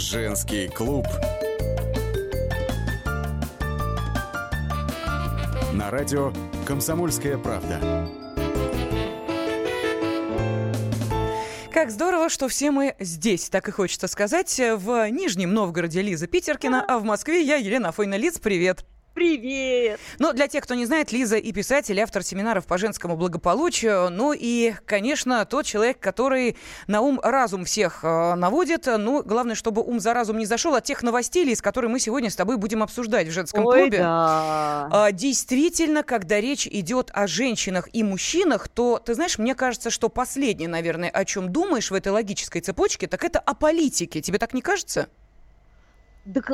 Женский клуб. На радио «Комсомольская правда». Как здорово, что все мы здесь, так и хочется сказать. В Нижнем Новгороде Лиза Питеркина, а в Москве я, Елена Афонина. Лиз, привет! Привет! Ну, для тех, кто не знает, Лиза и писатель, и автор семинаров по женскому благополучию. Ну и, конечно, тот человек, который на ум-разум всех наводит. Ну, главное, чтобы ум за разум не зашел от тех новостей, Лиз, которые мы сегодня с тобой будем обсуждать в женском клубе. Да. Действительно, когда речь идет о женщинах и мужчинах, то, ты знаешь, мне кажется, что последнее, наверное, о чем думаешь в этой логической цепочке, так это о политике. Тебе так не кажется? Так,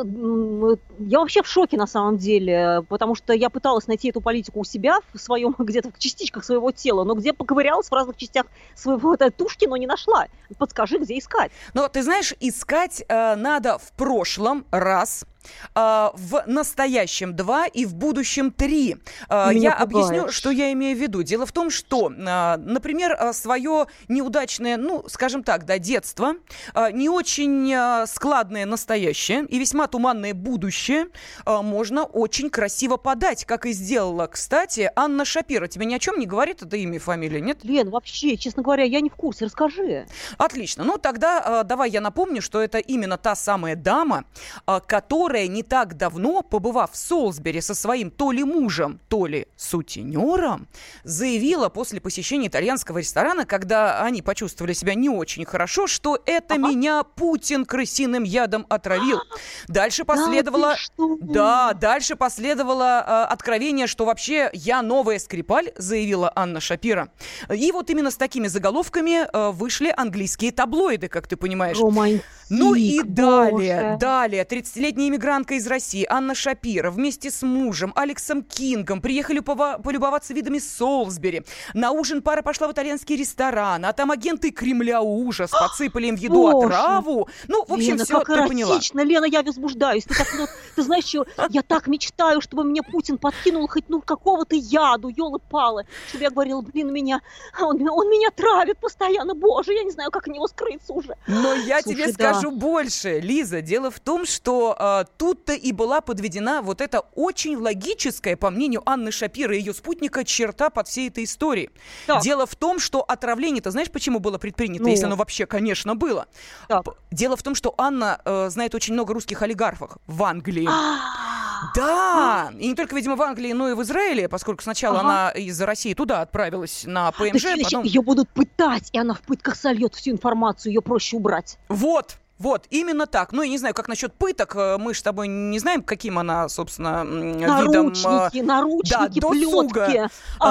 я вообще в шоке на самом деле, потому что я пыталась найти эту политику у себя в своем, где-то в частичках своего тела, но где поковырялась в разных частях своего тушки, но не нашла. Подскажи, где искать? Но ты знаешь, искать надо в прошлом раз, в настоящем 2 и в будущем 3. Я объясню, что я имею в виду. Дело в том, что, например, свое неудачное, ну, скажем так, да, детство, не очень складное настоящее и весьма туманное будущее можно очень красиво подать, как и сделала, кстати, Анна Шапира. Тебе ни о чем не говорит это имя и фамилия, нет? Лен, вообще, честно говоря, я не в курсе. Расскажи. Отлично. Ну, тогда давай я напомню, что это именно та самая дама, которая не так давно, побывав в Солсбери со своим то ли мужем, то ли сутенером, заявила после посещения итальянского ресторана, когда они почувствовали себя не очень хорошо, что это меня Путин крысиным ядом отравил. Дальше последовало... дальше последовало откровение, что вообще я новая Скрипаль, заявила Анна Шапира. И вот именно с такими заголовками вышли английские таблоиды, как ты понимаешь. Ну и далее, 30-летняя иммигрантка из России Анна Шапира вместе с мужем Алексом Кингом приехали полюбоваться видами Солсбери. На ужин пара пошла в итальянский ресторан, а там агенты Кремля ужас, подсыпали им в еду отраву. Ну, в общем, Лена, все, ты поняла. Лена, я возбуждаюсь. Ты знаешь, что я так мечтаю, чтобы мне Путин подкинул хоть какого-то яду, ёлы-палы, чтобы я говорила, блин, он меня травит постоянно, боже, я не знаю, как от него скрыться уже. Но я тебе скажу больше, Лиза. Дело в том, что тут-то и была подведена вот эта очень логическая, по мнению Анны Шапира и ее спутника, черта под всей этой историей. Так. Дело в том, что отравление, ты знаешь, почему было предпринято, если оно вообще, конечно, было? Так. Дело в том, что Анна знает очень много русских олигархов в Англии. Да, и не только, видимо, в Англии, но и в Израиле, поскольку сначала она из России туда отправилась на ПМЖ. Потом... Ее будут пытать, и она в пытках сольет всю информацию, ее проще убрать. Вот, именно так. Ну, я не знаю, как насчет пыток. Мы же с тобой не знаем, каким она, собственно, видом... Наручники, плетки.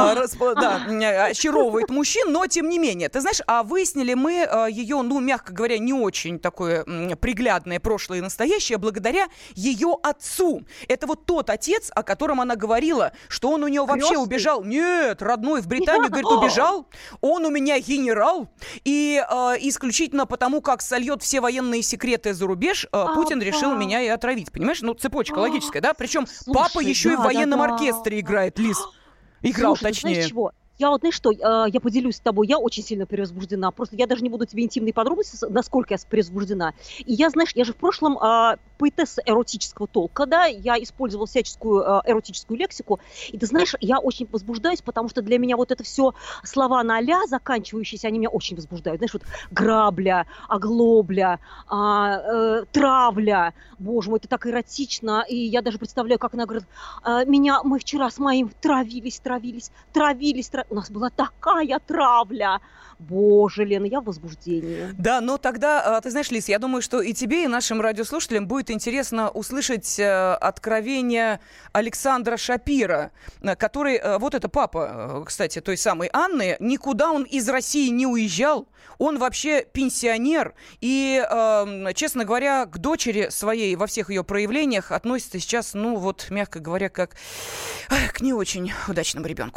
Очаровывает мужчин, но тем не менее. Ты знаешь, а выяснили мы ее, ну, мягко говоря, не очень такое приглядное прошлое и настоящее благодаря ее отцу. Это вот тот отец, о котором она говорила, что он у нее вообще убежал. Нет, родной в Британию, говорит, убежал. Он у меня генерал. И исключительно потому, как сольет все военные секреты за рубеж, Путин решил меня и отравить. Понимаешь? Ну, цепочка логическая, да? Причем папа еще и в военном оркестре играет, Лиз. Играл, точнее. Знаешь чего? Я вот, знаешь что, я поделюсь с тобой, я очень сильно перевозбуждена. Просто я даже не буду тебе интимные подробности, насколько я перевозбуждена. И я, знаешь, я же в прошлом поэтесса эротического толка, да, я использовала всяческую эротическую лексику. И ты знаешь, я очень возбуждаюсь, потому что для меня вот это все слова на «ля» заканчивающиеся, они меня очень возбуждают. Знаешь, вот грабля, оглобля, травля. Боже мой, это так эротично. И я даже представляю, как она говорит, мы вчера с моим травились. У нас была такая травля. Боже, Лена, я в возбуждении. Да, но тогда, ты знаешь, Лиз, я думаю, что и тебе, и нашим радиослушателям будет интересно услышать откровение Александра Шапира, который, вот это папа, кстати, той самой Анны, никуда он из России не уезжал, он вообще пенсионер, и, честно говоря, к дочери своей во всех ее проявлениях относится сейчас, ну вот, мягко говоря, как к не очень удачному ребенку.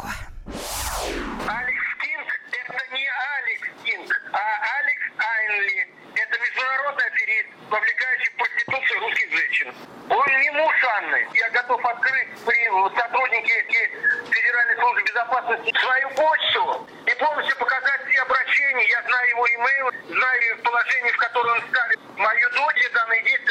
Алекс Кинг – это не Алекс Кинг, а Алекс Айнли. Это международный аферист, вовлекающий в проституцию русских женщин. Он не муж Анны. Я готов открыть при сотруднике Федеральной службы безопасности свою почту и полностью показать все обращения. Я знаю его имейл, знаю положение, в котором он ставит мою дочь, данные действия.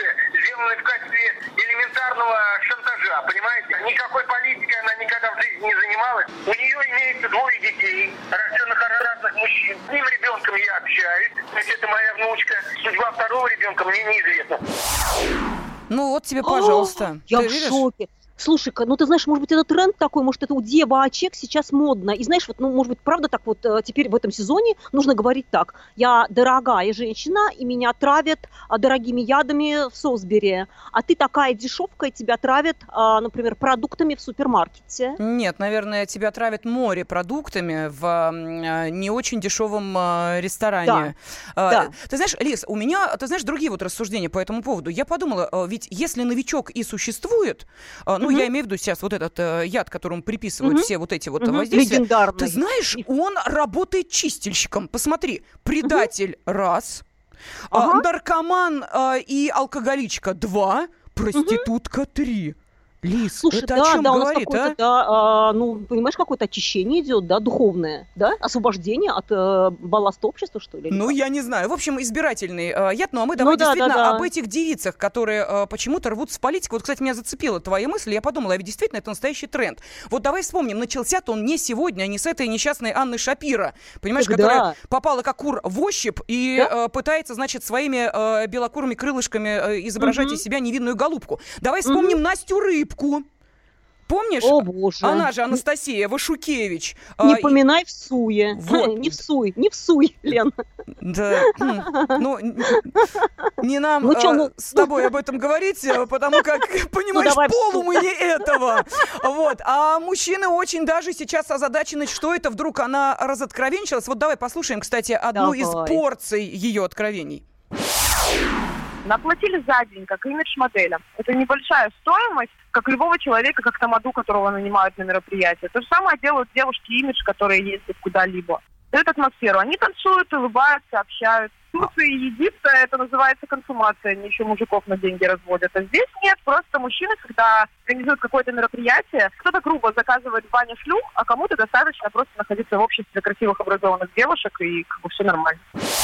вот тебе, пожалуйста. Я Ты в видишь? шоке. Слушай-ка, ну ты знаешь, может быть, это тренд такой, может, это у девочек сейчас модно. И знаешь, вот, ну, может быть, правда так вот теперь в этом сезоне нужно говорить так. Я дорогая женщина, и меня травят дорогими ядами в Солсбери. А ты такая дешевка, и тебя травят, например, продуктами в супермаркете. Нет, наверное, тебя травят морепродуктами в не очень дешевом ресторане. Да. Ты знаешь, Лиз, у меня, ты знаешь, другие вот рассуждения по этому поводу. Я подумала, ведь если новичок и существует, ну, я имею в виду сейчас вот этот яд, которому приписывают все вот эти вот воздействия. Легендарный. Ты знаешь, он работает чистильщиком. Посмотри, предатель раз, наркоман и алкоголичка 2, проститутка 3. Лиз, Слушай, это о чем да, у нас говорит, какое-то, ну, понимаешь, какое-то очищение идет, да, духовное, да, освобождение от балласта общества, что ли? Ну, я не знаю. В общем, избирательный яд. Ну, а мы Ну, давай да, действительно да. об этих девицах, которые почему-то рвутся в политику. Вот, кстати, меня зацепила твоя мысль. Я подумала, а ведь действительно это настоящий тренд. Вот давай вспомним, начался-то он не сегодня, а не с этой несчастной Анны Шапира, понимаешь, Когда? которая попала как кур в ощупь и пытается, значит, своими белокурыми крылышками изображать из себя невинную голубку. Давай вспомним Настю Рыбку. Помнишь? О, боже. Она же Анастасия Вашукевич. Не поминай в суе. Вот. Не в суй, Лен. Да, ну, не нам Ну чё, ну- с тобой об этом говорить, потому как, понимаешь, давай. полу мы не этого. Вот. А мужчины очень даже сейчас озадачены, что это вдруг она разоткровенчилась. Вот давай послушаем, кстати, одну из Давай. порций ее откровений. Наплатили за день, как имидж-моделям. Это небольшая стоимость, как любого человека, как тамаду, которого нанимают на мероприятие. То же самое делают девушки имидж, которые ездят куда-либо. Дают атмосферу. Они танцуют, улыбаются, общаются. В Турции и Египте это называется консумация. Они еще мужиков на деньги разводят. А здесь нет. Просто мужчины, когда организуют какое-то мероприятие, кто-то грубо заказывает в бане шлюх, а кому-то достаточно просто находиться в обществе красивых, образованных девушек, и как бы все нормально.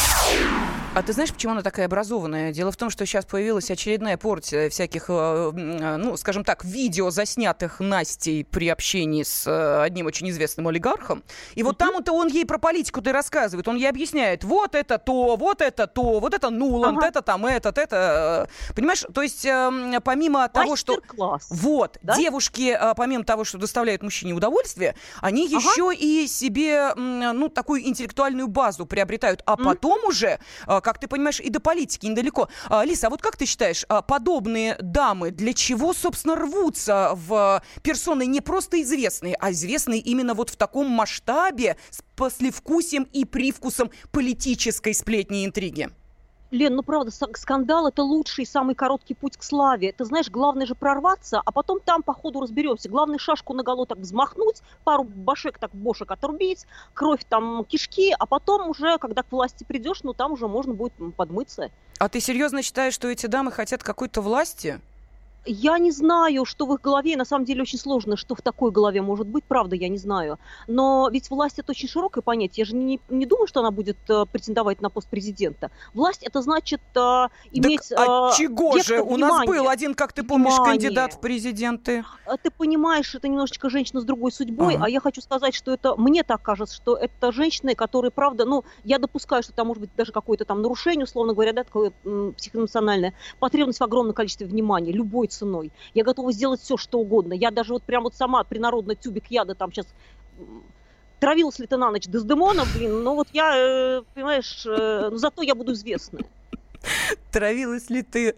А ты знаешь, почему она такая образованная? Дело в том, что сейчас появилась очередная порция всяких, ну, скажем так, видео, заснятых Настей при общении с одним очень известным олигархом. И вот там-то он ей про политику-то и рассказывает. Он ей объясняет, вот это то, вот это то, вот это Нуланд, это там этот, это... Понимаешь? То есть помимо того, что... Мастер-класс. Вот, Да? девушки, помимо того, что доставляют мужчине удовольствие, они еще и себе, ну, такую интеллектуальную базу приобретают. А потом уже, как ты понимаешь, и до политики недалеко. Лиса, а вот как ты считаешь, подобные дамы для чего, собственно, рвутся в персоны не просто известные, а известные именно вот в таком масштабе с послевкусием и привкусом политической сплетни и интриги? Лен, ну правда, скандал – это лучший, самый короткий путь к славе. Ты знаешь, главное же прорваться, а потом там по ходу разберемся. Главное шашку наголо так взмахнуть, пару бошек бошек отрубить, кровь там, кишки, а потом уже, когда к власти придешь, ну там уже можно будет подмыться. А ты серьезно считаешь, что эти дамы хотят какой-то власти? Я не знаю, что в их голове, и на самом деле очень сложно, что в такой голове может быть, правда, я не знаю. Но ведь власть – это очень широкое понятие. Я же не думаю, что она будет претендовать на пост президента. Власть – это значит иметь Так от чего же? У нас внимание. был один, как ты помнишь, Внимание. кандидат в президенты. Ты понимаешь, это немножечко женщина с другой судьбой, Ага. а я хочу сказать, что это, мне так кажется, что это женщины, которые, правда, ну, я допускаю, что там может быть даже какое-то там нарушение, условно говоря, да, такое психоэмоциональное, потребность в огромном количестве внимания, любой ценой. Я готова сделать все, что угодно. Я даже вот прям вот сама принародно тюбик яда там сейчас... Травилась ли ты на ночь Дездемона, блин, но вот я, понимаешь, ну, зато я буду известная. Травилась ли ты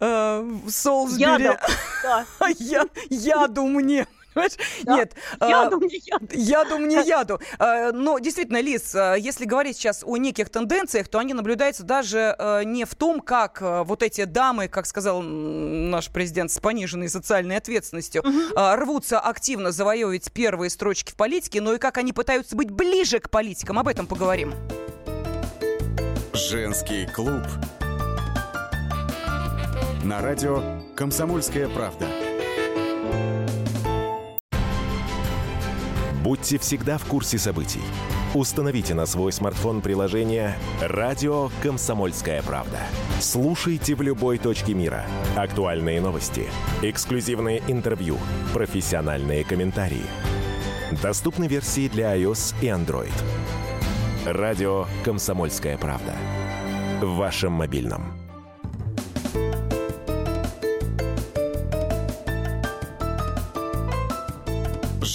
в Солсбери? Ядом, да. Яду мне. Понимаешь? Да. Нет. Яду мне яду. Яду мне яду. Но действительно, Лиз, если говорить сейчас о неких тенденциях, то они наблюдаются даже не в том, как вот эти дамы, как сказал наш президент, с пониженной социальной ответственностью, рвутся активно завоевывать первые строчки в политике, но и как они пытаются быть ближе к политикам. Об этом поговорим. Женский клуб. На радио «Комсомольская правда». Будьте всегда в курсе событий. Установите на свой смартфон приложение «Радио Комсомольская правда». Слушайте в любой точке мира. Актуальные новости, эксклюзивные интервью, профессиональные комментарии. Доступны версии для iOS и Android. «Радио Комсомольская правда». В вашем мобильном.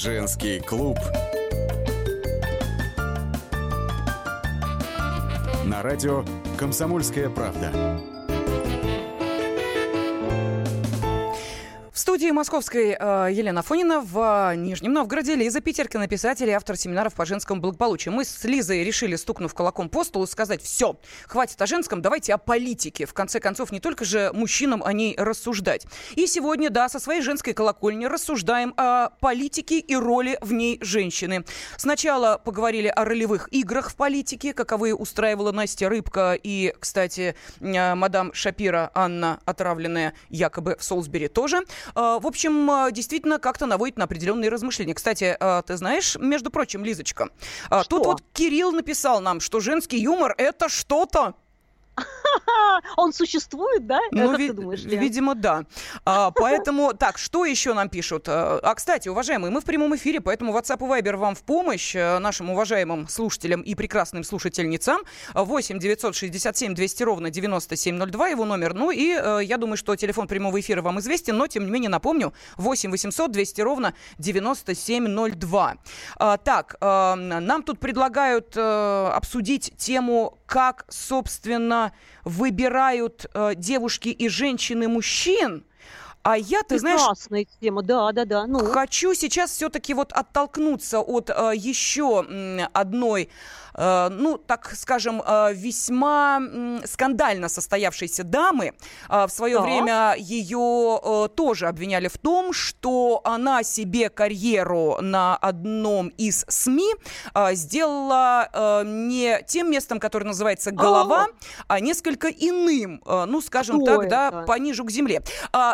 Женский клуб. На радио «Комсомольская правда». В студии московской Елена Афонина, в Нижнем Новгороде Лиза Питеркина, писатель и автор семинаров по женскому благополучию. Мы с Лизой решили, стукнув кулаком по столу, сказать: все, хватит о женском, давайте о политике. В конце концов, не только же мужчинам о ней рассуждать. И сегодня, да, со своей женской колокольни рассуждаем о политике и роли в ней женщины. Сначала поговорили о ролевых играх в политике, каковые устраивала Настя Рыбка и, кстати, мадам Шапира Анна, отравленная якобы в Солсбери, тоже. В общем, действительно, как-то наводит на определенные размышления. Кстати, ты знаешь, между прочим, Лизочка, тут вот Кирилл написал нам, что женский юмор — это что-то. Он существует, да? Ну, как ты думаешь, Лен? Видимо, да. Поэтому, так, что еще нам пишут? Кстати, уважаемые, мы в прямом эфире, поэтому WhatsApp и Viber вам в помощь, нашим уважаемым слушателям и прекрасным слушательницам. 8 967 200 ровно 9702, его номер. Ну и я думаю, что телефон прямого эфира вам известен, но, тем не менее, напомню, 8 800 200 ровно 9702. Так, нам тут предлагают обсудить тему, как, собственно, выбирают девушки и женщины мужчин. А я, ты знаешь... Прекрасная тема, да. Ну. Хочу сейчас все-таки вот оттолкнуться от еще одной, ну, так скажем, весьма скандально состоявшейся дамы. В свое время ее тоже обвиняли в том, что она себе карьеру на одном из СМИ сделала не тем местом, которое называется «Голова», а несколько иным, ну, скажем так, да, пониже к земле.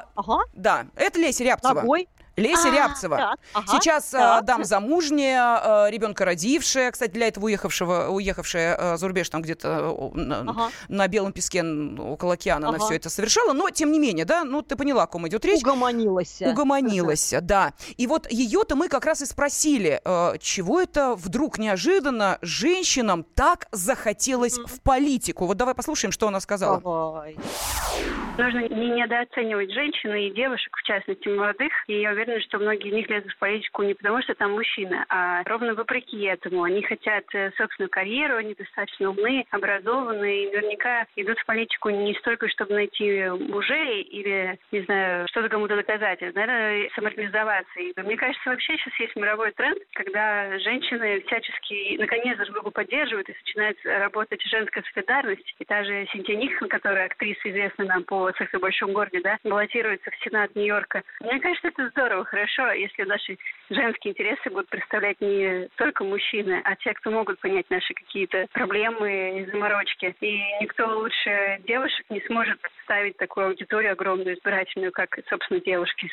Да, это Леся Рябцева. Какой? Леся Рябцева. Сейчас дама замужняя, ребенка родившая, кстати, для этого уехавшая за рубеж, там где-то на Белом песке около океана она все это совершала, но тем не менее, да, ну ты поняла, о ком идет речь. Угомонилась, да. И вот ее-то мы как раз и спросили, чего это вдруг неожиданно женщинам так захотелось в политику. Вот давай послушаем, что она сказала. Давай. Нужно не недооценивать женщин и девушек, в частности молодых, и я уверена, что многие из них лезут в политику не потому, что там мужчины, а ровно вопреки этому. Они хотят собственную карьеру, они достаточно умны, образованные, и наверняка идут в политику не столько, чтобы найти мужей или, не знаю, что-то кому-то доказать, а, наверное, самореализоваться. И мне кажется, вообще сейчас есть мировой тренд, когда женщины всячески, наконец, друг друга поддерживают, и начинает работать женская солидарность. И та же Синтия Никсон, которая актриса, известна нам по «Секс в большом городе», да, баллотируется в Сенат Нью-Йорка. Мне кажется, это здорово, хорошо, если наши женские интересы будут представлять не только мужчины, а те, кто могут понять наши какие-то проблемы и заморочки. И никто лучше девушек не сможет представить такую аудиторию огромную, избирательную, как, собственно, девушки.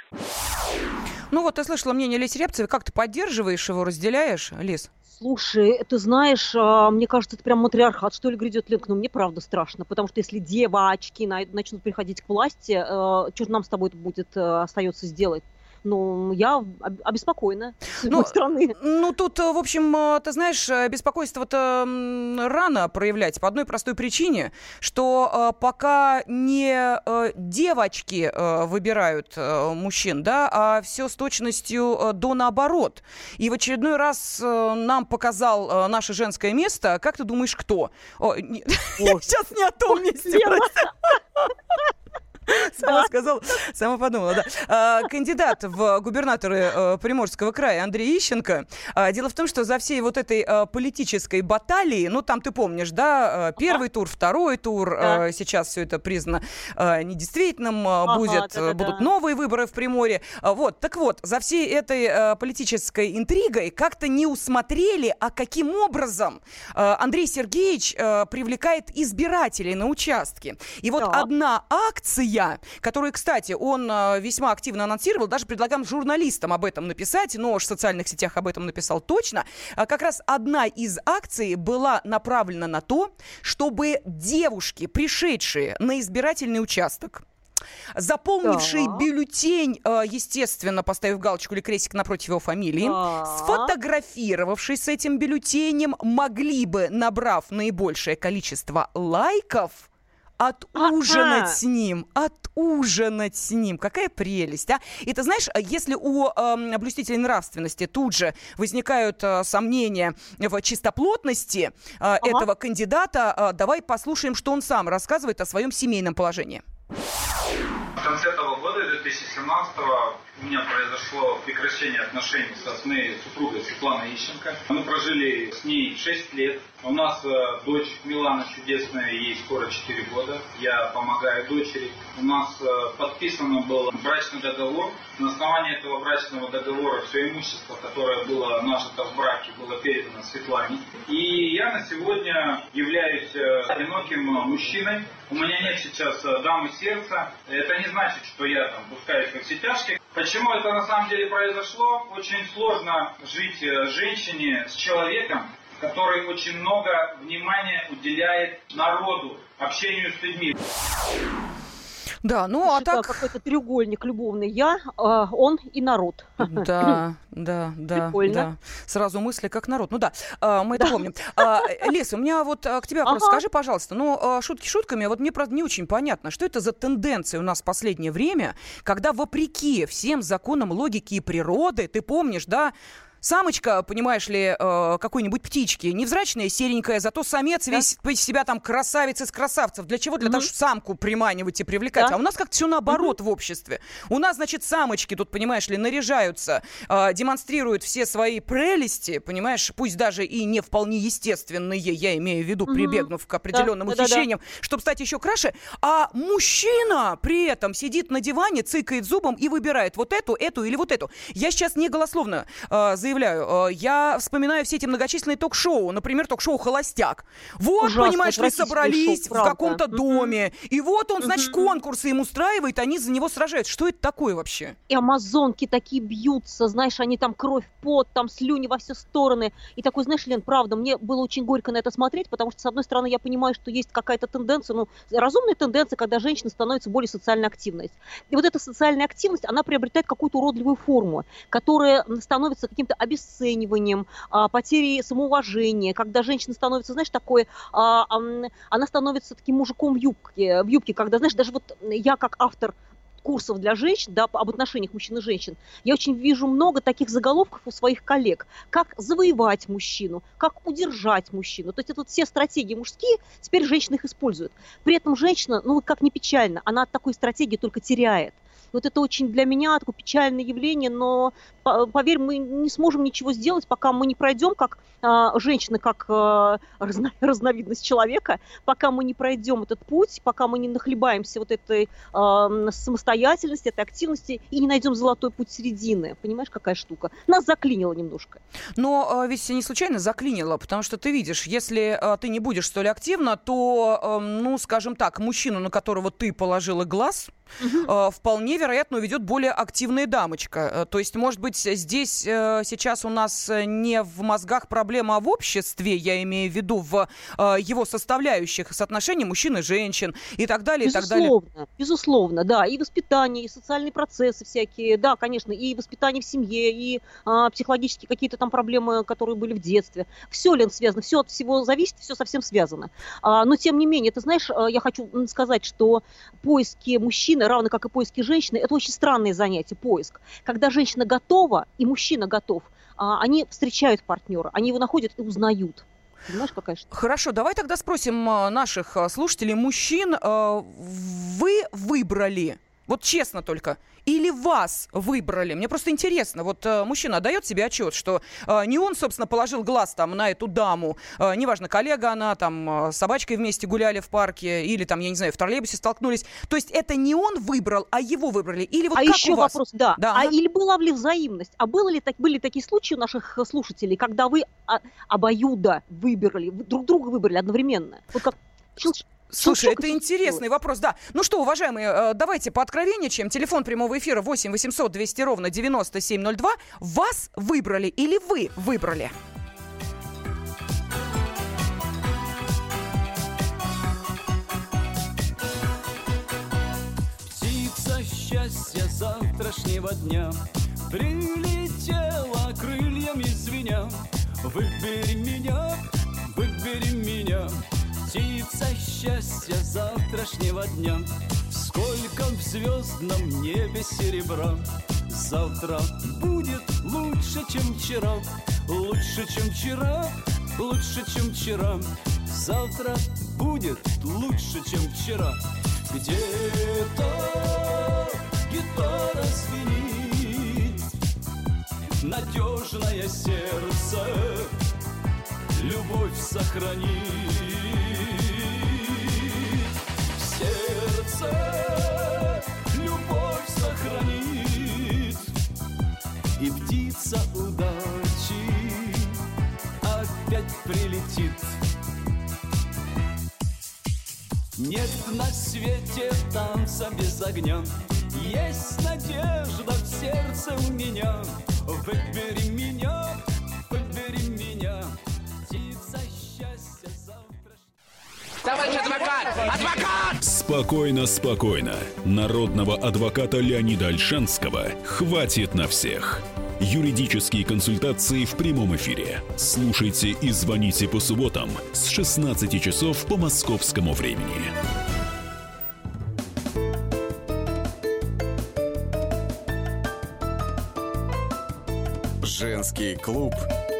Ну вот, ты слышала мнение Леси Рябцевой. Как ты поддерживаешь его, разделяешь, Лиз? Слушай, ты знаешь, мне кажется, это прям матриархат, что ли, грядет, Ленка. Но мне правда страшно, потому что если девочки начнут приходить к власти, что же нам с тобой будет остается сделать? Ну, я обеспокоена с другой стороны. Ну, тут, в общем, ты знаешь, беспокойство-то рано проявлять по одной простой причине, что пока не девочки выбирают мужчин, да, а все с точностью до наоборот. И в очередной раз нам показал наше женское место. Как ты думаешь, кто? Сейчас не о том месте. Сама сказала, сама подумала, да. Кандидат в губернаторы Приморского края Андрей Ищенко. Дело в том, что за всей вот этой политической баталии, ну, там ты помнишь, да, первый тур, второй тур, сейчас все это признано недействительным, будут новые выборы в Приморье. Вот, так вот, за всей этой политической интригой как-то не усмотрели, а каким образом Андрей Сергеевич привлекает избирателей на участке. И вот одна акция, которую, кстати, он весьма активно анонсировал, даже предлагаем журналистам об этом написать, но уж в социальных сетях об этом написал точно. Как раз одна из акций была направлена на то, чтобы девушки, пришедшие на избирательный участок, заполнивший бюллетень, естественно, поставив галочку или крестик напротив его фамилии, сфотографировавшись с этим бюллетенем, могли бы, набрав наибольшее количество лайков, отужинать с ним. Отужинать с ним. Какая прелесть, а? И ты знаешь, если у блюстителей нравственности тут же возникают сомнения в чистоплотности этого кандидата, давай послушаем, что он сам рассказывает о своем семейном положении. В конце этого года, 2017-го, у меня произошло прекращение отношений с моей супругой Светланой Ищенко. Мы прожили с ней 6 лет. У нас дочь Милана чудесная, ей скоро 4 года. Я помогаю дочери. У нас подписан был брачный договор. На основании этого брачного договора все имущество, которое было нажито в браке, было передано Светлане. И я на сегодня являюсь одиноким мужчиной. У меня нет сейчас дамы сердца. Это не значит, что я там пускаюсь во все тяжкие. Почему это на самом деле произошло? Очень сложно жить женщине с человеком, который очень много внимания уделяет народу, общению с людьми. Да, ну Слушай, а так... какой-то треугольник любовный. Я, он и народ. Да. Прикольно. Да. Сразу мысли как народ. Ну да, мы это помним. Леся, у меня вот к тебе вопрос. Скажи, пожалуйста, ну, шутки шутками, вот мне, правда, не очень понятно, что это за тенденция у нас в последнее время, когда вопреки всем законам логики и природы, ты помнишь, да, самочка, понимаешь ли, какой-нибудь птички, невзрачная, серенькая, зато самец весь из себя там красавец из красавцев. Для чего? Для того, чтобы самку приманивать и привлекать. А у нас как-то все наоборот в обществе. У нас, значит, самочки тут, понимаешь ли, наряжаются, демонстрируют все свои прелести, понимаешь, пусть даже и не вполне естественные, я имею в виду, прибегнув к определенным ухищрениям, чтобы стать еще краше. А мужчина при этом сидит на диване, цыкает зубом и выбирает вот эту или вот эту. Я сейчас не голословно заявляю. Я вспоминаю все эти многочисленные ток-шоу, например, ток-шоу «Холостяк». Вот, ужасно, понимаешь ли, собрались в каком-то доме, и вот он, значит, конкурсы им устраивает, они за него сражаются. Что это такое вообще? И амазонки такие бьются, знаешь, они там кровь, пот, там слюни во все стороны. И такой, знаешь, Лен, правда, мне было очень горько на это смотреть, потому что, с одной стороны, я понимаю, что есть какая-то тенденция, ну, разумная тенденция, когда женщина становится более социально активной. И вот эта социальная активность, она приобретает какую-то уродливую форму, которая становится каким-то обесцениванием, потерей самоуважения, когда женщина становится, знаешь, такой, она становится таким мужиком в юбке, когда, знаешь, даже вот я как автор курсов для женщин, да, об отношениях мужчин и женщин, я очень вижу много таких заголовков у своих коллег, как завоевать мужчину, как удержать мужчину. То есть это вот все стратегии мужские, теперь женщины их используют. При этом женщина, ну как ни печально, она от такой стратегии только теряет. Вот это очень для меня такое печальное явление, но, поверь, мы не сможем ничего сделать, пока мы не пройдем, как женщина, как разновидность человека, пока мы не пройдем этот путь, пока мы не нахлебаемся вот этой самостоятельности, этой активности и не найдем золотой путь середины. Понимаешь, какая штука? Нас заклинило немножко. Но ведь не случайно заклинило, потому что ты видишь, если ты не будешь столь активна, то, ну, скажем так, мужчину, на которого ты положила глаз, вполне вероятно уведет более активная дамочка. То есть, может быть, здесь сейчас у нас не в мозгах проблема, а в обществе, я имею в виду в его составляющих соотношений мужчин и женщин и так далее, безусловно, и так далее. Безусловно, да. И воспитание, и социальные процессы всякие, да, конечно, и воспитание в семье, и психологические какие-то там проблемы, которые были в детстве. Все, Лен, связано, все от всего зависит, все совсем связано. Но, тем не менее, ты знаешь, я хочу сказать, что поиски мужчины, равно как и поиски женщины, это очень странное занятие, поиск. Когда женщина готова и мужчина готов, они встречают партнера, они его находят и узнают. Понимаешь, какая штука? Хорошо, давай тогда спросим наших слушателей, мужчин, вы выбрали, вот честно только, или вас выбрали? Мне просто интересно, вот мужчина дает себе отчет, что не он, собственно, положил глаз там на эту даму, неважно, коллега она, там, с собачкой вместе гуляли в парке, или там, я не знаю, в троллейбусе столкнулись. То есть это не он выбрал, а его выбрали? Или вот как еще у вас? Вопрос, да. Или была ли взаимность? А были такие случаи у наших слушателей, когда вы обоюдо выбрали, друг друга выбрали одновременно? Вот как... Слушай, это интересный вопрос, да. Ну что, уважаемые, давайте пооткровенничаем. Телефон прямого эфира 8 800 200 ровно 9702. Вас выбрали или вы выбрали? Птица счастья завтрашнего дня прилетела крыльями звеня. Выбери меня, птица счастья завтрашнего дня. Сколько в звездном небе серебра. Завтра будет лучше, чем вчера. Лучше, чем вчера, лучше, чем вчера. Завтра будет лучше, чем вчера. Где-то гитара звенит, надежное сердце любовь сохранит. В сердце любовь сохранит, и птица удачи опять прилетит. Нет на свете танца без огня, есть надежда в сердце у меня. Выбери меня, птица счастья завтра. Товарищ адвокат! Адвокат! Спокойно, спокойно. Народного адвоката Леонида Ольшанского хватит на всех. Юридические консультации в прямом эфире. Слушайте и звоните по субботам с 16 часов по московскому времени. Женский клуб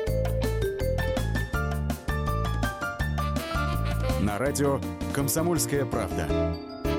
на радио «Комсомольская правда».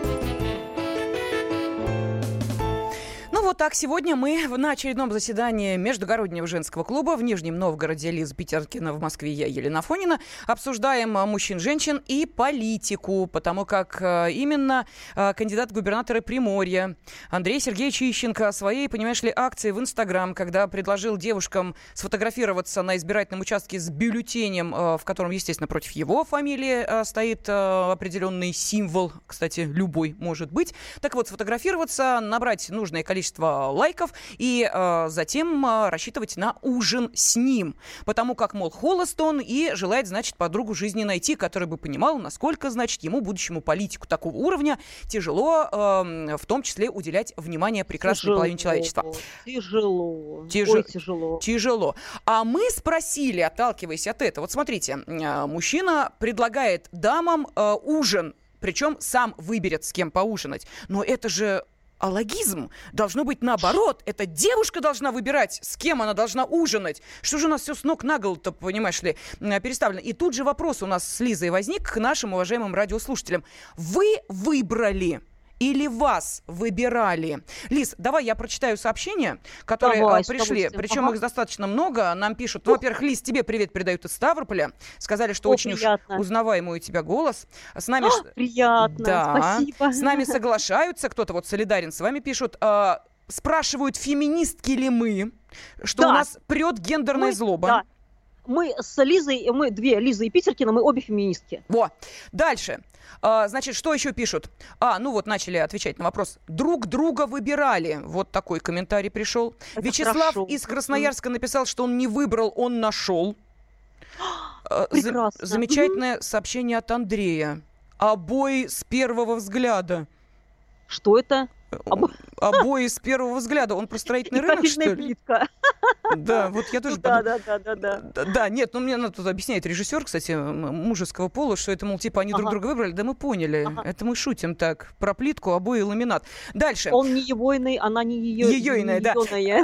Вот так, сегодня мы на очередном заседании Междугороднего женского клуба в Нижнем Новгороде, Лиза Питеркина, в Москве я, Елена Афонина, обсуждаем мужчин, женщин и политику, потому как именно кандидат в губернаторы Приморья Андрей Сергеевич Ищенко своей, понимаешь ли, акции в Инстаграм, когда предложил девушкам сфотографироваться на избирательном участке с бюллетенем, в котором, естественно, против его фамилии стоит определенный символ, кстати, любой может быть. Так вот, сфотографироваться, набрать нужное количество лайков и затем рассчитывать на ужин с ним. Потому как, мол, холост он и желает, значит, подругу жизни найти, которая бы понимала, насколько, значит, ему, будущему политику такого уровня, тяжело в том числе уделять внимание прекрасной половине человечества. Тяжело. Тяжело. А мы спросили, отталкиваясь от этого, вот смотрите, мужчина предлагает дамам ужин, причем сам выберет, с кем поужинать. Но это же алогизм. Должно быть наоборот. Эта девушка должна выбирать, с кем она должна ужинать. Что же у нас все с ног на голову-то, понимаешь ли, переставлено. И тут же вопрос у нас с Лизой возник к нашим уважаемым радиослушателям. Вы выбрали или вас выбирали? Лиз, давай я прочитаю сообщения, которые пришли. Причем их достаточно много. Нам пишут, во-первых, Лиз, тебе привет передают из Ставрополя. Сказали, что очень приятно. Уж узнаваемый у тебя голос. С нами... Приятно, да, спасибо. С нами соглашаются, кто-то вот солидарен с вами пишут. Спрашивают, феминистки ли мы, что у нас прет гендерная злоба. Да. Мы с Лизой, мы две, Лиза и Питеркина, мы обе феминистки. Во. Дальше. Значит, что еще пишут? Ну вот, начали отвечать на вопрос. Друг друга выбирали. Вот такой комментарий пришел. Это Вячеслав из Красноярска написал, что он не выбрал, он нашел. Прекрасно. Замечательное сообщение от Андрея. Обои с первого взгляда. Что это? Обои с первого взгляда. Он про строительный рынок, что ли? Плитка. Да, вот я тоже Да. Да, нет, мне надо тут объясняет режиссер, кстати, мужеского пола, что это, мол, типа они друг друга выбрали. Да мы поняли. Это мы шутим так. Про плитку, обои, ламинат. Дальше. Он не егойный, она не егойная, да.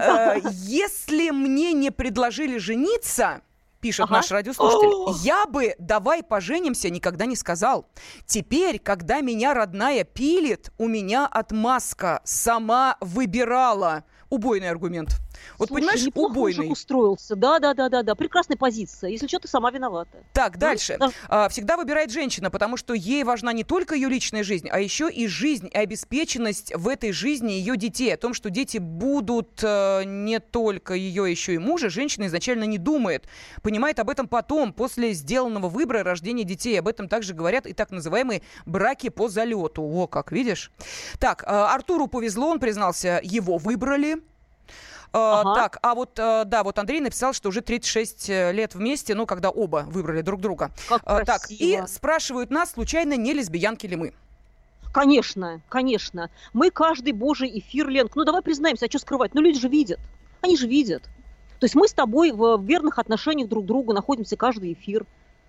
Если мне не предложили жениться... Пишет наш радиослушатель. Я бы «давай поженимся» никогда не сказал. Теперь, когда меня родная пилит, у меня отмазка. Сама выбирала. Убойный аргумент. Вот, слушай, понимаешь, убойный. Мужик устроился. Да. Прекрасная позиция. Если что, ты сама виновата. Так, дальше. Всегда выбирает женщина, потому что ей важна не только ее личная жизнь, а еще и жизнь, и обеспеченность в этой жизни ее детей. О том, что дети будут не только ее, еще и мужа, женщина изначально не думает. Понимает об этом потом, после сделанного выбора рождения детей. Об этом также говорят и так называемые браки по залету. О, как, видишь? Так, Артуру повезло, он признался, его выбрали. Так, вот Андрей написал, что уже 36 лет вместе, когда оба выбрали друг друга. Так, и спрашивают нас, случайно, не лесбиянки ли мы? Конечно. Мы каждый божий эфир, Ленка, давай признаемся, а что скрывать? Люди же видят. Они же видят. То есть мы с тобой в верных отношениях друг к другу находимся каждый эфир.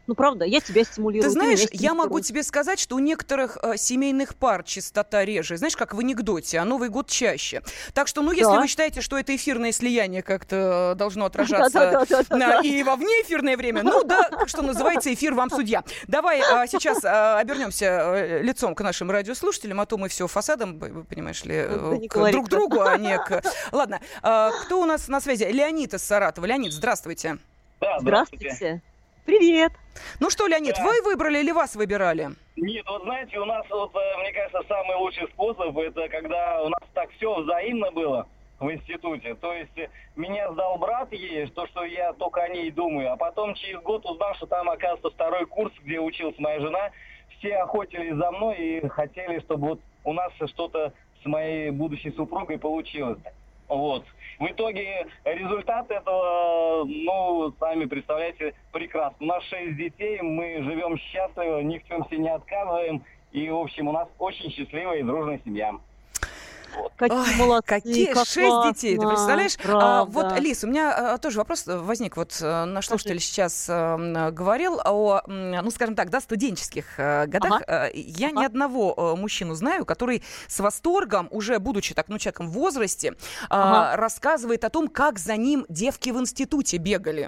Ну, правда, я тебя стимулирую. Ты знаешь, меня я могу стимулируешь. тебе сказать, что у некоторых семейных пар частота реже. Знаешь, как в анекдоте, а Новый год чаще. Так что, ну, если вы считаете, что это эфирное слияние как-то должно отражаться и во внеэфирное время, ну да, что называется, эфир вам судья. Давай сейчас обернемся лицом к нашим радиослушателям, а то мы все фасадом, понимаешь ли, друг к другу, а не к... Ладно, кто у нас на связи? Леонид из Саратова. Леонид, здравствуйте. Да, здравствуйте. Привет. Ну что, Леонид, вы выбрали или вас выбирали? Нет, вот знаете, у нас, мне кажется, самый лучший способ, это когда у нас так все взаимно было в институте. То есть меня сдал брат ей, что я только о ней думаю, а потом через год узнал, что там, оказывается, второй курс, где училась моя жена, все охотились за мной и хотели, чтобы вот у нас что-то с моей будущей супругой получилось. Вот. В итоге результат этого, ну, сами представляете, прекрасно. У нас 6 детей, мы живем счастливо, ни в чем себе не отказываем. И, в общем, у нас очень счастливая и дружная семья. Вот. Какие молодцы, какие как 6 классно. детей, ты представляешь? Правда. Вот, Лиз, у меня тоже вопрос возник. Вот наш слушатель сейчас говорил о, ну, скажем так, да, студенческих годах. Я ни одного мужчину знаю, который с восторгом, уже будучи так, ну, человеком в возрасте, рассказывает о том, как за ним девки в институте бегали.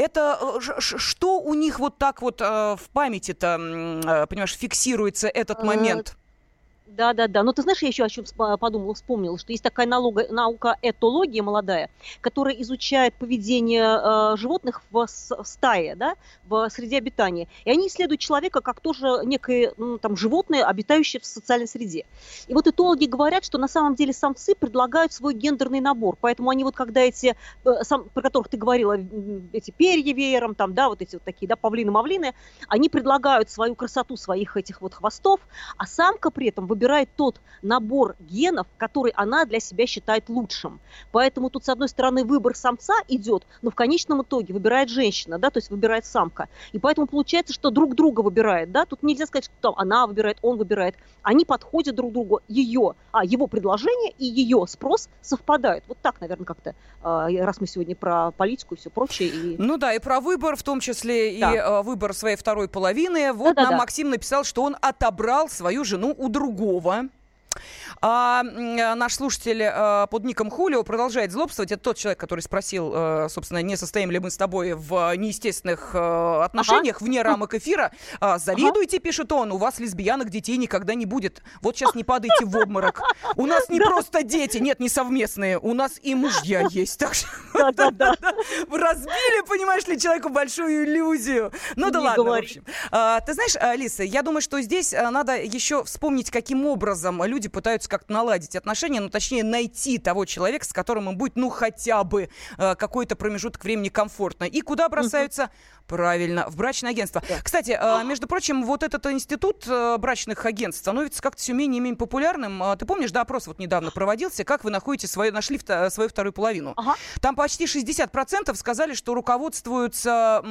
Это что у них вот так вот в памяти-то, понимаешь, фиксируется этот момент? Да. Но ты знаешь, я еще о чем вспомнила, что есть такая наука этология молодая, которая изучает поведение животных в стае, да, в среде обитания. И они исследуют человека как тоже некое там, животное, обитающее в социальной среде. И вот этологи говорят, что на самом деле самцы предлагают свой гендерный набор. Поэтому они вот когда эти, про которых ты говорила, эти перья веером, там, да, вот эти вот такие, да, павлины-мавлины, они предлагают свою красоту своих этих вот хвостов, а самка при этом выбирает тот набор генов, который она для себя считает лучшим. Поэтому тут, с одной стороны, выбор самца идет, но в конечном итоге выбирает женщина, да, то есть выбирает самка. И поэтому получается, что друг друга выбирает, да, тут нельзя сказать, что там она выбирает, он выбирает. Они подходят друг к другу, его предложение и ее спрос совпадают. Вот так, наверное, как-то, раз мы сегодня про политику и все прочее. Ну да, и про выбор, в том числе и выбор своей второй половины. Вот нам Максим написал, что он отобрал свою жену у другого. А наш слушатель под ником Хулио продолжает злобствовать. Это тот человек, который спросил, собственно, не состоим ли мы с тобой в неестественных отношениях вне рамок эфира. Завидуйте, пишет он, у вас лесбиянок детей никогда не будет. Вот сейчас не падайте в обморок. У нас не просто дети, нет, не совместные, у нас и мужья есть. Так что разбили, понимаешь ли, человеку большую иллюзию. Ну да ладно, в общем. Ты знаешь, Алиса, я думаю, что здесь надо еще вспомнить, каким образом люди пытаются как-то наладить отношения, ну, точнее, найти того человека, с которым им будет, ну, хотя бы какой-то промежуток времени комфортно. И куда бросаются? Правильно, в брачное агентство. Кстати, между прочим, вот этот институт брачных агентств становится как-то все менее и менее популярным. Ты помнишь, да, опрос вот недавно проводился, как вы нашли свою вторую половину? Там почти 60% сказали, что руководствуются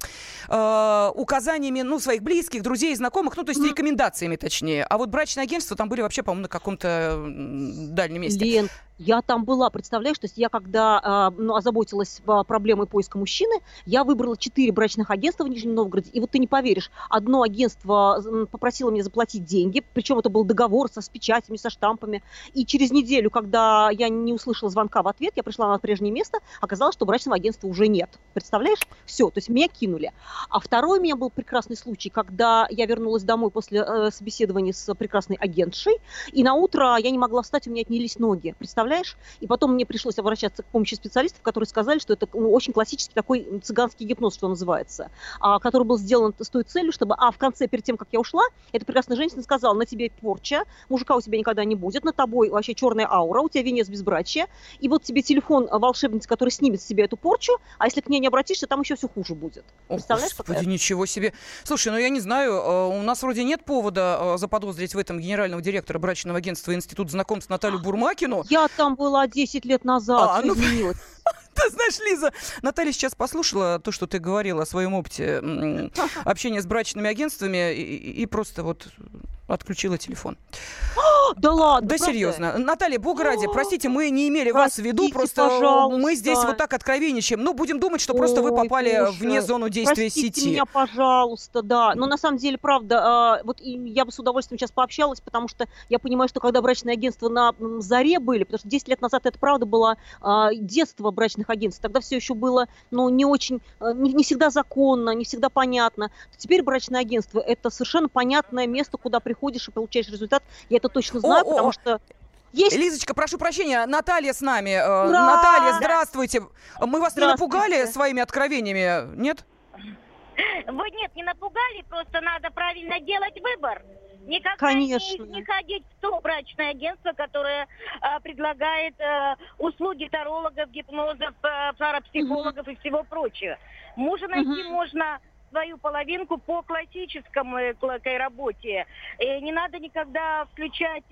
указаниями, ну, своих близких, друзей, знакомых, ну, то есть рекомендациями, точнее. А вот брачное агентство там были вообще, по-моему, на каком-то дальнем месте. Лен, я там была, представляешь, то есть я когда озаботилась проблемой поиска мужчины, я выбрала 4 брачных агентства в Нижнем Новгороде, и вот ты не поверишь, одно агентство попросило меня заплатить деньги, причем это был договор с печатями, со штампами, и через неделю, когда я не услышала звонка в ответ, я пришла на прежнее место, оказалось, что брачного агентства уже нет. Представляешь? Все, то есть меня кинули. А второй у меня был прекрасный случай, когда я вернулась домой после собеседования с прекрасной агентшей, и на утро я не могла встать, у меня отнялись ноги. Представляешь? И потом мне пришлось обращаться к помощи специалистов, которые сказали, что это очень классический такой цыганский гипноз, что называется, который был сделан с той целью, чтобы, в конце, перед тем, как я ушла, эта прекрасная женщина сказала: на тебе порча, мужика у тебя никогда не будет, на тобой вообще черная аура, у тебя венец безбрачия, и вот тебе телефон волшебницы, который снимет с себя эту порчу, а если к ней не обратишься, там еще все хуже будет. Представляешь? Господи, ничего себе. Слушай, ну я не знаю, у нас вроде нет повода заподозрить в этом генерального директора брачного агентства Институт знакомств Наталью Бурмакину. Я там была 10 лет назад, все изменилось. Ты знаешь, Лиза, Наталья сейчас послушала то, что ты говорила о своем опыте общения с брачными агентствами и просто вот отключила телефон. Да ладно, Да правда? серьезно. Наталья, бога ради, простите, мы не имели вас в виду, просто пожалуйста. мы здесь вот так откровенничаем. Ну, будем думать, что просто вы попали Боже, вне зону действия простите сети. меня, пожалуйста, да. Но на самом деле, правда, вот я бы с удовольствием сейчас пообщалась, потому что я понимаю, что когда брачные агентства на заре были, потому что 10 лет назад это, правда, было детство брачных агентств, тогда все еще было, ну, не очень, не всегда законно, не всегда понятно. Теперь брачное агентство — это совершенно понятное место, куда приходишь и получаешь результат. Я это точно знаю, потому что... Есть... Лизочка, прошу прощения, Наталья с нами. Наталья, здравствуйте. Мы вас не напугали своими откровениями, нет? Вы нет, не напугали, просто надо правильно делать выбор. Никогда не ходить в то брачное агентство, которое предлагает услуги тарологов, гипнозов, парапсихологов и всего прочего. Мужа найти можно свою половинку по классической работе. И не надо никогда включать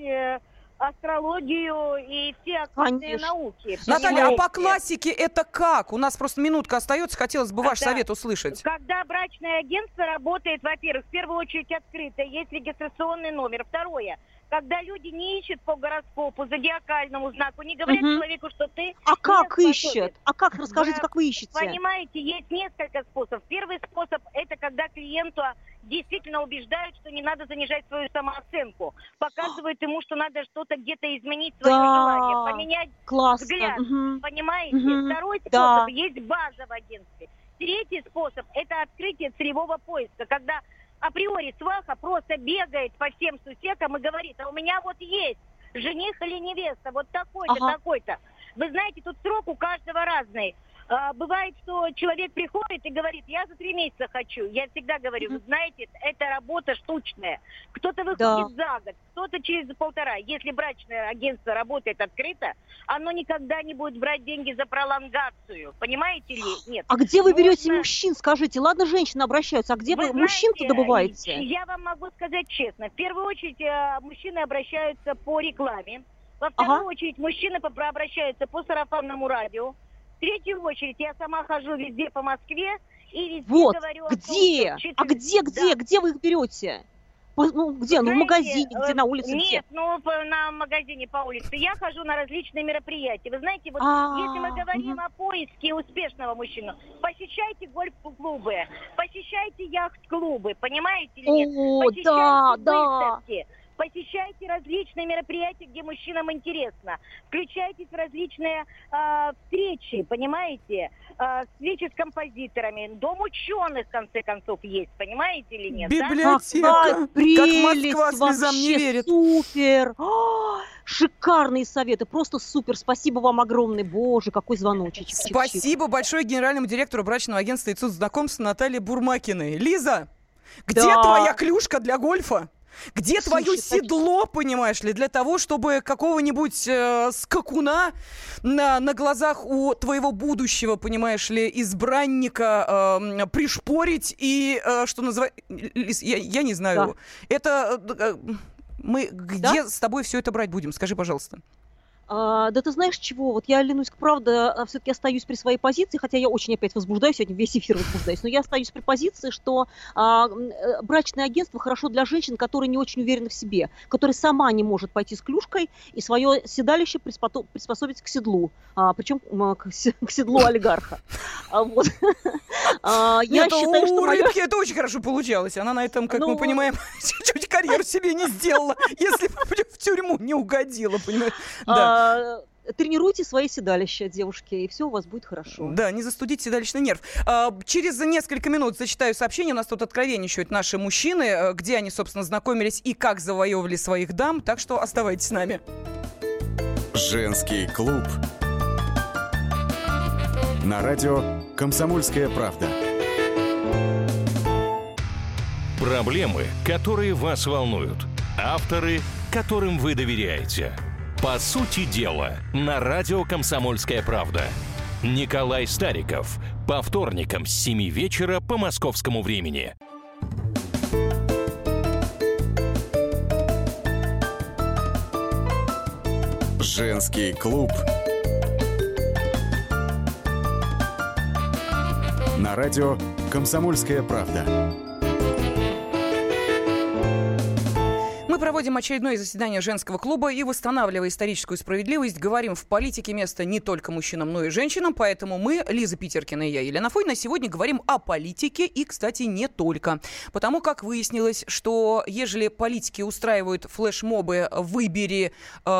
астрологию и все оккультные науки. Наталья, а по классике это как? У нас просто минутка остается, хотелось бы ваш совет услышать. Когда брачное агентство работает, во-первых, в первую очередь открыто, есть регистрационный номер. Второе, когда люди не ищут по гороскопу, зодиакальному знаку, не говорят человеку, что ты... А как ищут? А как? Расскажите, как вы ищете? Понимаете, есть несколько способов. Первый способ – это когда клиенту действительно убеждают, что не надо занижать свою самооценку. Показывают ему, что надо что-то где-то изменить, свое желание, поменять взгляд. Понимаете? Второй способ – есть база в агентстве. Третий способ – это открытие целевого поиска, когда априори сваха просто бегает по всем сусекам и говорит: а у меня вот есть жених или невеста, вот такой-то, такой-то. Вы знаете, тут срок у каждого разный. Бывает, что человек приходит и говорит: я за 3 месяца хочу. Я всегда говорю: вы знаете, это работа штучная. Кто-то выходит за год, кто-то через 1,5. Если брачное агентство работает открыто, оно никогда не будет брать деньги за пролонгацию. Понимаете ли? Нет. А где вы берете мужчин, скажите? Ладно, женщины обращаются, а где вы мужчин-то добываете? Я вам могу сказать честно. В первую очередь мужчины обращаются по рекламе. Во вторую очередь мужчины обращаются по сарафанному радио. В третью очередь я сама хожу везде по Москве и везде говорю... Где? А где вы их берете? Ну, где? Ну, в магазине, где, на улице? Нет, на магазине по улице. Я хожу на различные мероприятия. Вы знаете, вот если мы говорим о поиске успешного мужчины, посещайте гольф-клубы, посещайте яхт-клубы, понимаете или нет? Посещайте выставки. Посещайте различные мероприятия, где мужчинам интересно. Включайтесь в различные встречи, понимаете? Встречи с композиторами. Дом ученых, в конце концов, есть, понимаете или нет? Библиотека. Прелесть, как Москва слезам не верит. Супер. Шикарные советы, просто супер. Спасибо вам огромное. Боже, какой звоночек. Спасибо большое генеральному директору брачного агентства «Институт знакомств» Наталье Бурмакиной. Лиза, где твоя клюшка для гольфа? Где твое седло, понимаешь ли, для того, чтобы какого-нибудь скакуна на глазах у твоего будущего, понимаешь ли, избранника пришпорить и, что называется, я не знаю, это мы где с тобой все это брать будем? Скажи, пожалуйста. Да ты знаешь чего, вот я, Ленуська, правда, все-таки остаюсь при своей позиции, хотя я очень опять возбуждаюсь, сегодня весь эфир возбуждаюсь, но я остаюсь при позиции, что брачное агентство хорошо для женщин, которые не очень уверены в себе, которые сама не может пойти с клюшкой и свое седалище приспособить к седлу, причем к седлу олигарха. Я считаю, что у рыбки это очень хорошо получалось, она на этом, как мы понимаем, чуть карьеру себе не сделала, если в тюрьму не угодила, понимаешь? Да. Тренируйте свои седалища, девушки, и все у вас будет хорошо. Да, не застудите седалищный нерв. Через несколько минут зачитаю сообщение. У нас тут откровенничают наши мужчины, где они, собственно, знакомились и как завоевывали своих дам. Так что оставайтесь с нами. Женский клуб. На радио «Комсомольская правда». Проблемы, которые вас волнуют. Авторы, которым вы доверяете. По сути дела, на радио «Комсомольская правда». Николай Стариков. По вторникам с 7 вечера по московскому времени. Женский клуб. На радио «Комсомольская правда». проводим очередное заседание женского клуба и, восстанавливая историческую справедливость, говорим, в политике место не только мужчинам, но и женщинам. Поэтому мы, Лиза Питеркина и я, Елена Фойна, сегодня говорим о политике и, кстати, не только. Потому как выяснилось, что ежели политики устраивают флешмобы «Выбери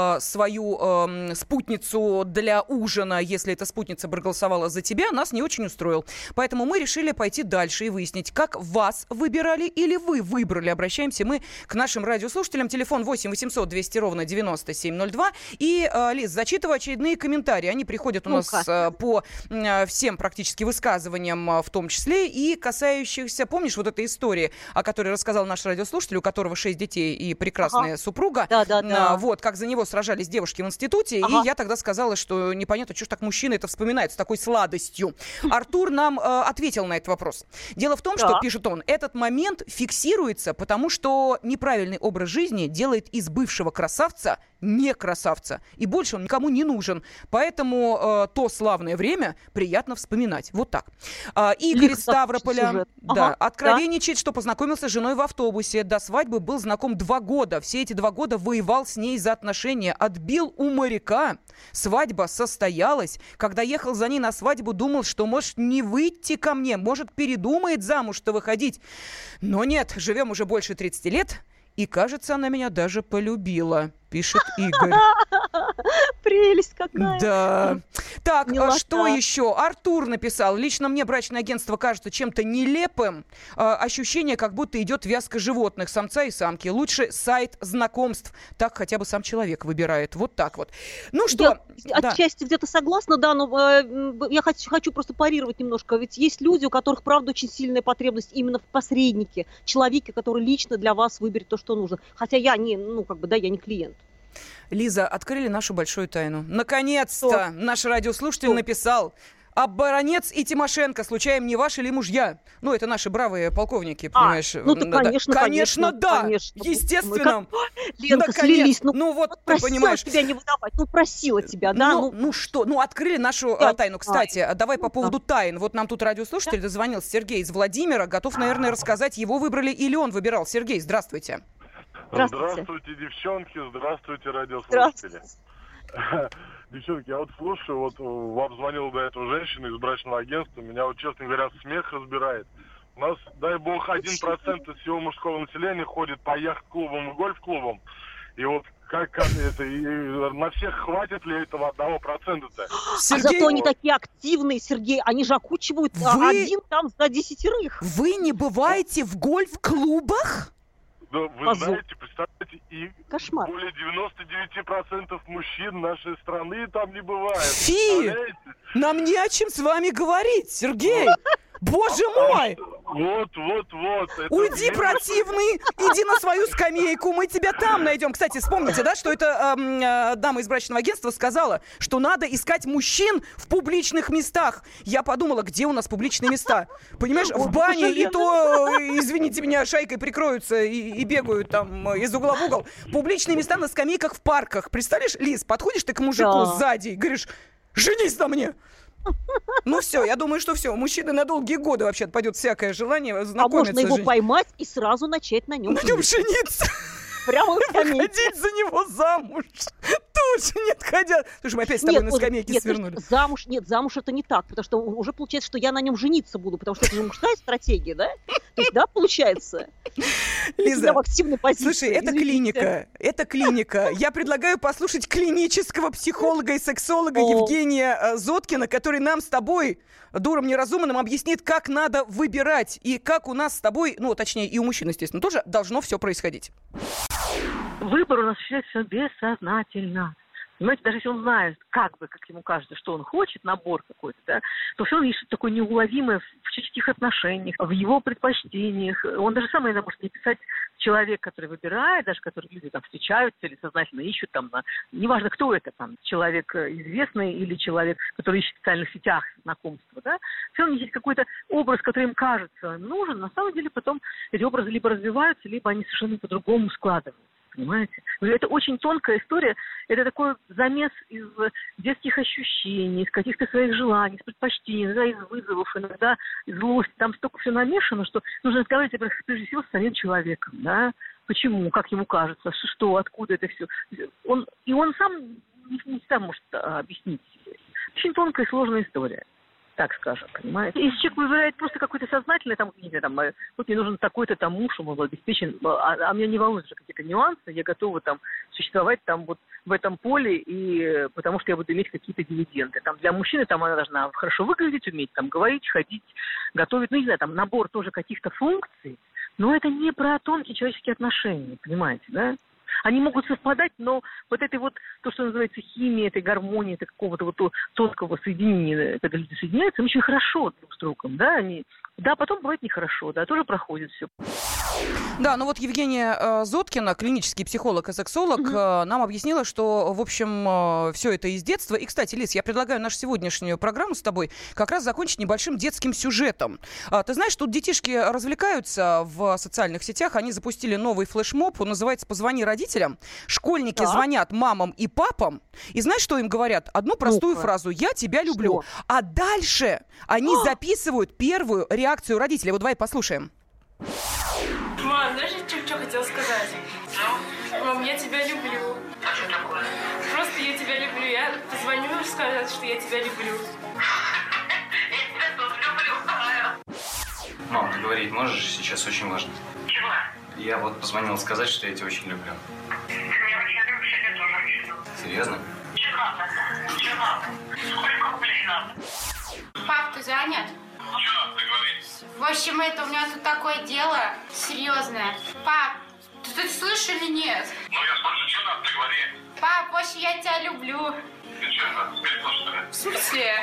свою спутницу для ужина, если эта спутница проголосовала за тебя», нас не очень устроил. Поэтому мы решили пойти дальше и выяснить, как вас выбирали или вы выбрали. Обращаемся мы к нашим радиослушателям. Телефон 8 800 200 ровно 9702. И, Лиз, зачитываю очередные комментарии. Они приходят у нас по всем практически высказываниям, в том числе и касающихся, помнишь, вот этой истории, о которой рассказал наш радиослушатель, у которого 6 детей и прекрасная супруга. Да. Вот, как за него сражались девушки в институте. И я тогда сказала, что непонятно, что ж так мужчины это вспоминают с такой сладостью. Артур нам ответил на этот вопрос. Дело в том, что, пишет он, этот момент фиксируется, потому что неправильный образ жизни делает из бывшего красавца не красавца. И больше он никому не нужен. Поэтому то славное время приятно вспоминать. Вот так. Игорь из Ставрополя откровенничает, что познакомился с женой в автобусе. До свадьбы был знаком 2 года. Все эти 2 года воевал с ней за отношения. Отбил у моряка. Свадьба состоялась. Когда ехал за ней на свадьбу, думал, что может не выйти ко мне. Может, передумает замуж-то выходить. Но нет, живем уже больше 30 лет. И, кажется, она меня даже полюбила, пишет Игорь. Прелесть какая. Да. Так, что еще? Артур написал. Лично мне брачное агентство кажется чем-то нелепым. Ощущение, как будто идет вязка животных, самца и самки. Лучше сайт знакомств. Так хотя бы сам человек выбирает. Вот так вот. Ну что? Я отчасти где-то согласна, да, но я хочу просто парировать немножко. Ведь есть люди, у которых, правда, очень сильная потребность именно в посреднике. Человеке, который лично для вас выберет то, что нужно. Хотя я не, я не клиент. Lisa, открыли нашу большую тайну. Наконец-то наш радиослушатель написал: а Баранец и Тимошенко, случайно, не ваши ли мужья? Ну, это наши бравые полковники, понимаешь? Конечно, да. Естественно. Ленка, слились. Ну, вот ты понимаешь. Тебя не выдавать. Просила тебя, да? Ну что? Ну, открыли нашу тайну. Кстати, давай по поводу тайн. Вот нам тут радиослушатель дозвонился, Сергей из Владимира. Готов, наверное, рассказать, его выбрали или он выбирал. Сергей, здравствуйте. Здравствуйте, девчонки, здравствуйте, радиослушатели. Девчонки, я вот слушаю, вот вам звонила до этого женщина из брачного агентства, меня вот, честно говоря, смех разбирает. У нас, дай бог, 1% из всего мужского населения ходит по яхт-клубам и гольф-клубам. И вот как это, и на всех хватит ли этого 1%-то? Сергей, зато они такие активные, Сергей, они же окучивают один там за 10. Вы не бываете в гольф-клубах? Да, вы знаете, представляете, и кошмар. Более 99% мужчин нашей страны там не бывает. Фи! Нам не о чем с вами говорить, Сергей! Боже мой! Вот. Уйди, противный, иди на свою скамейку, мы тебя там найдем. Кстати, вспомните, да, что это дама из брачного агентства сказала, что надо искать мужчин в публичных местах. Я подумала, где у нас публичные места? Понимаешь, в бане и то, извините меня, шайкой прикроются и бегают там из угла в угол. Публичные места на скамейках в парках. Представляешь, Лиз, подходишь ты к мужику сзади и говоришь: женись на мне. Ну все, я думаю, что все. У мужчины на долгие годы вообще отпадет всякое желание знакомиться. А можно его поймать и сразу начать на нем жениться. Прямо в скамейке. Выходить за него замуж. Тут же не отходя. Слушай, мы опять с тобой на скамейке свернули. Замуж это не так, потому что уже получается, что я на нем жениться буду, потому что это же мужская стратегия, да? То есть, да, получается? Лиза, в активной позиции. Слушай, это клиника. Я предлагаю послушать клинического психолога и сексолога Евгения Зоткина, который нам с тобой, дуром неразумным, объяснит, как надо выбирать и как у нас с тобой, ну, точнее, и у мужчин, естественно, тоже должно все происходить. Выбор у нас осуществляется бессознательно. Понимаете, даже если он знает, как ему кажется, что он хочет, набор какой-то, да, то все равно есть что-то такое неуловимое в чьих отношениях, в его предпочтениях. Он даже сам иногда может не писать человек, который выбирает, даже который люди там встречаются или сознательно ищут там, неважно, кто это там, человек известный или человек, который ищет в социальных сетях знакомства, да, все равно есть какой-то образ, который им кажется нужен, на самом деле потом эти образы либо развиваются, либо они совершенно по-другому складываются. Понимаете? Это очень тонкая история. Это такой замес из детских ощущений, из каких-то своих желаний, из предпочтений, иногда из вызовов, иногда из злости. Там столько все намешано, что нужно разговаривать, прежде всего, с самим человеком. Да? почему, как ему кажется, что, откуда это все. Он сам не всегда может объяснить себе. Очень тонкая и сложная история, так скажем, понимаете. Если человек выбирает просто какой-то сознательный, там, не знаю, там, вот мне нужен такой-то там муж, он был обеспечен, а меня не волнуют же какие-то нюансы, я готова там существовать там вот в этом поле, и потому что я буду иметь какие-то дивиденды. Там для мужчины там она должна хорошо выглядеть, уметь там говорить, ходить, готовить, ну, не знаю, там набор тоже каких-то функций, но это не про тонкие человеческие отношения, понимаете, да? Они могут совпадать, но вот это вот, то, что называется химия, этой гармонии, это какого-то вот тонкого соединения, когда люди соединяются, им очень хорошо друг с другом, да, они, да, потом бывает нехорошо, да, тоже проходит все. Да, ну вот Евгения Зоткина, клинический психолог и сексолог, нам объяснила, что, в общем, все это из детства. И, кстати, Лиз, я предлагаю нашу сегодняшнюю программу с тобой как раз закончить небольшим детским сюжетом. Ты знаешь, тут детишки развлекаются в социальных сетях, они запустили новый флешмоб, он называется «Позвони родителям». Школьники звонят мамам и папам, и знаешь, что им говорят? Одну простую фразу «Я тебя люблю». Что? А дальше они записывают первую реакцию родителей. Вот давай послушаем. Мам, знаешь, что хотела сказать? Мам, я тебя люблю. А что такое? Просто я тебя люблю. Я позвоню сказать, что я тебя люблю. Я тебя тоже люблю. Мам, поговорить можешь? Сейчас очень важно. Чего? Я вот позвонил сказать, что я тебя очень люблю. Ты меня очень любишь, я тебя тоже очень люблю. Серьезно? Чего надо? Чего надо? Сколько рублей надо? Пап, ты занят? Что надо договорить? В общем, это у меня тут такое дело серьезное. Пап, ты слышишь или нет? Ну, я слышу, что надо договорить? Пап, в общем, я тебя люблю. Ты что, надо сказать, что ли? В смысле?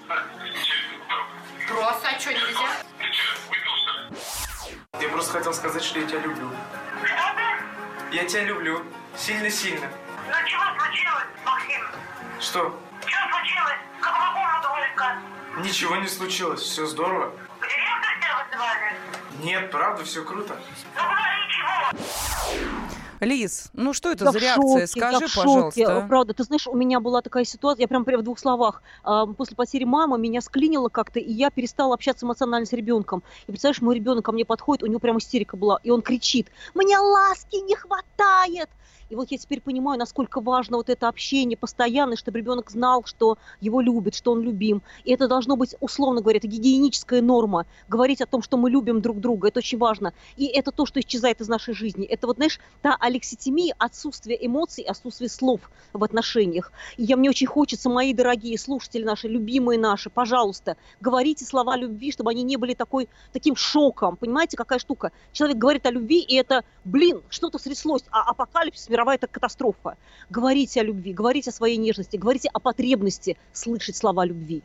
Просто, а что, нельзя? Ты что, выпил, что ли? Я просто хотел сказать, что я тебя люблю. Что ты? Я тебя люблю. Сильно-сильно. Ну, чего случилось, Максим? Что? Что случилось? Какого города Ольга? Ничего не случилось. Все здорово. К директору тебя вызывали? Нет, правда, все круто. Ну, говори, чего? Лиз, ну что это Я за в реакция? шоке, Скажи, я в шоке, пожалуйста. правда. Ты знаешь, у меня была такая ситуация, я прям в двух словах. После потери мамы меня склинило как-то, и я перестала общаться эмоционально с ребенком. И представляешь, мой ребенок ко мне подходит, у него прям истерика была, и он кричит: «Мне ласки не хватает!» И вот я теперь понимаю, насколько важно вот это общение постоянное, чтобы ребенок знал, что его любят, что он любим. И это должно быть, условно говоря, это гигиеническая норма. Говорить о том, что мы любим друг друга, это очень важно. И это то, что исчезает из нашей жизни. Это вот, знаешь, та алекситимия, отсутствие эмоций, отсутствие слов в отношениях. И мне очень хочется, мои дорогие слушатели наши, любимые наши, пожалуйста, говорите слова любви, чтобы они не были таким шоком. Понимаете, какая штука? Человек говорит о любви, и это, что-то стряслось, а апокалипсис, мировая это катастрофа. Говорите о любви, говорите о своей нежности, говорите о потребности слышать слова любви.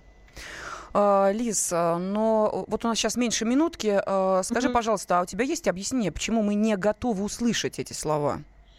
Лиз, но вот у нас сейчас меньше минутки. Скажи, пожалуйста, а у тебя есть объяснение, почему мы не готовы услышать эти слова?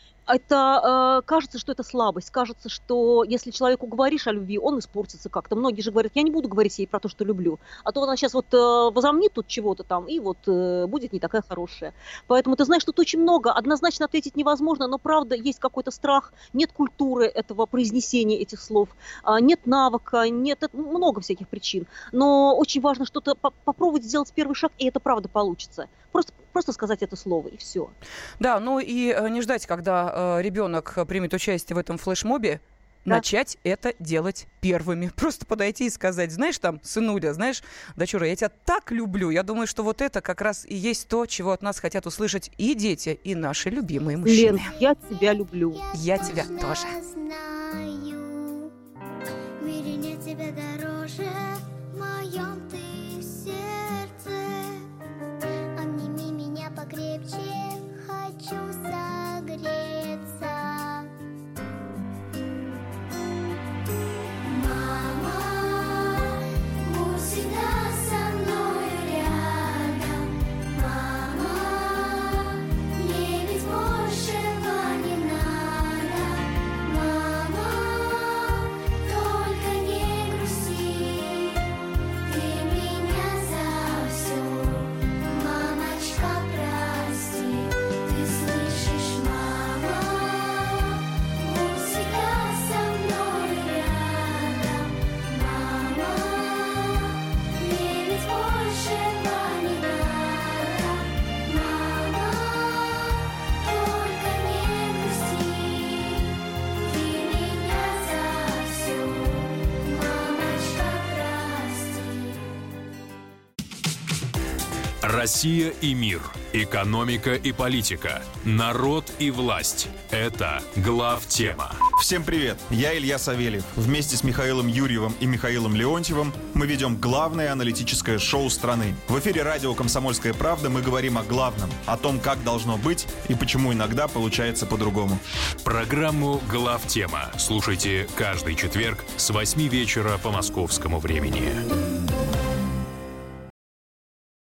Это кажется, что это слабость. Кажется, что если человеку говоришь о любви, он испортится как-то. Многие же говорят: я не буду говорить ей про то, что люблю. А то она сейчас вот возомнит тут чего-то там, и вот будет не такая хорошая. Поэтому ты знаешь, тут очень много. Однозначно ответить невозможно, но правда есть какой-то страх. Нет культуры этого произнесения этих слов. Нет навыка, нет много всяких причин. Но очень важно что-то попробовать сделать первый шаг, и это правда получится. Просто сказать это слово, и все. Да, ну и не ждать, когда ребенок примет участие в этом флешмобе, начать это делать первыми. Просто подойти и сказать: знаешь, там, сынуля, знаешь, дочура, я тебя так люблю. Я думаю, что вот это как раз и есть то, чего от нас хотят услышать и дети, и наши любимые мужчины. Лен, я тебя люблю. Я тебя тоже. В мире нет тебя дороже, в моем ты сердце. Обними меня покрепче, хочу согреться. Мама, мне ведь большего не надо. Россия и мир. Экономика и политика. Народ и власть. Это главтема. Всем привет, я Илья Савельев. Вместе с Михаилом Юрьевым и Михаилом Леонтьевым мы ведем главное аналитическое шоу страны. В эфире радио «Комсомольская правда» мы говорим о главном, о том, как должно быть и почему иногда получается по-другому. Программу «Главтема» слушайте каждый четверг с 8 вечера по московскому времени.